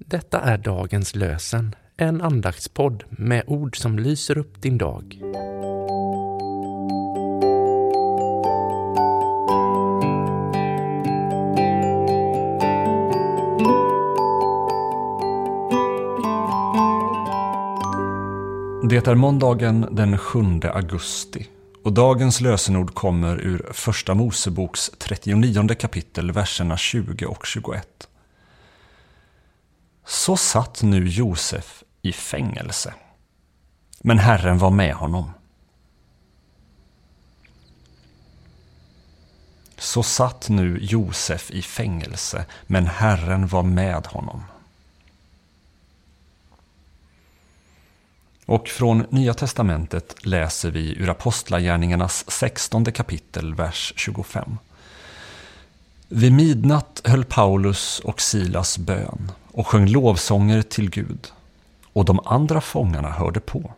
Detta är dagens lösen, en andaktspodd med ord som lyser upp din dag. Det är måndagen den 7 augusti och dagens lösenord kommer ur Första Moseboks 39 kapitel, verserna 20 och 21. Så satt nu Josef i fängelse, men Herren var med honom. Så satt nu Josef i fängelse, men Herren var med honom. Och från Nya testamentet läser vi ur Apostlagärningarnas 16 kapitel, vers 25. Vid midnatt höll Paulus och Silas bön och sjöng lovsånger till Gud, och de andra fångarna hörde på.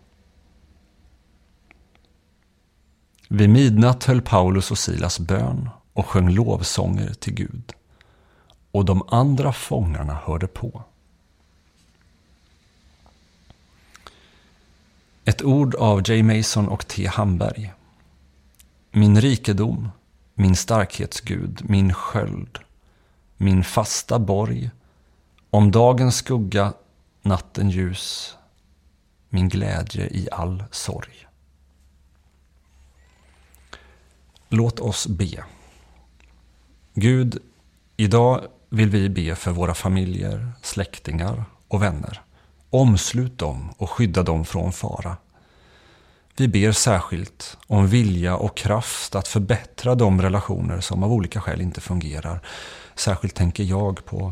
Vid midnatt höll Paulus och Silas bön och sjöng lovsånger till Gud, och de andra fångarna hörde på. Ett ord av J. Mason och T. Hamberg. Min rikedom, min starkhetsgud, min sköld, min fasta borg, om dagens skugga, natten ljus, min glädje i all sorg. Låt oss be. Gud, idag vill vi be för våra familjer, släktingar och vänner. Omslut dem och skydda dem från fara. Vi ber särskilt om vilja och kraft att förbättra de relationer som av olika skäl inte fungerar. Särskilt tänker jag på.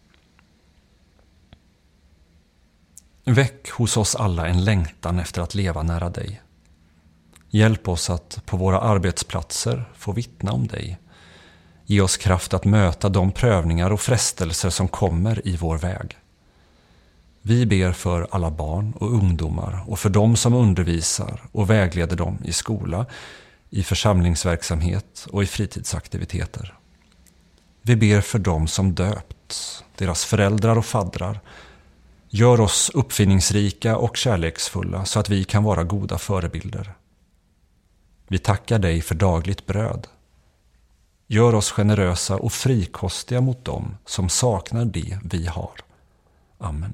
Väck hos oss alla en längtan efter att leva nära dig. Hjälp oss att på våra arbetsplatser få vittna om dig. Ge oss kraft att möta de prövningar och frestelser som kommer i vår väg. Vi ber för alla barn och ungdomar och för dem som undervisar och vägleder dem i skola, i församlingsverksamhet och i fritidsaktiviteter. Vi ber för dem som döpts, deras föräldrar och faddrar. Gör oss uppfinningsrika och kärleksfulla så att vi kan vara goda förebilder. Vi tackar dig för dagligt bröd. Gör oss generösa och frikostiga mot dem som saknar det vi har. Amen.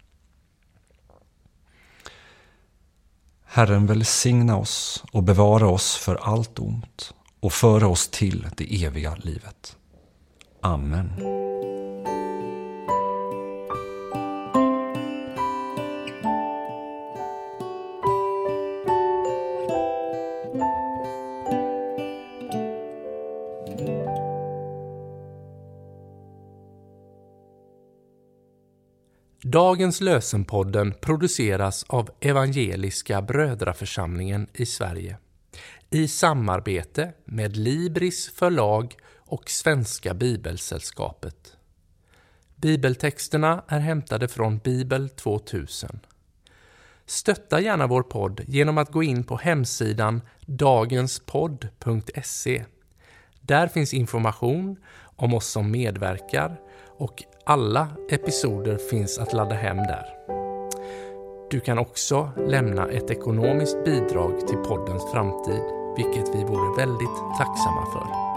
Herren välsigna oss och bevara oss för allt ont och föra oss till det eviga livet. Amen. Dagens lösenpodden produceras av Evangeliska Brödraförsamlingen i Sverige i samarbete med Libris förlag och Svenska Bibelsällskapet. Bibeltexterna är hämtade från Bibel 2000. Stötta gärna vår podd genom att gå in på hemsidan dagenspodd.se. Där finns information om oss som medverkar och alla episoder finns att ladda hem där. Du kan också lämna ett ekonomiskt bidrag till poddens framtid, vilket vi vore väldigt tacksamma för.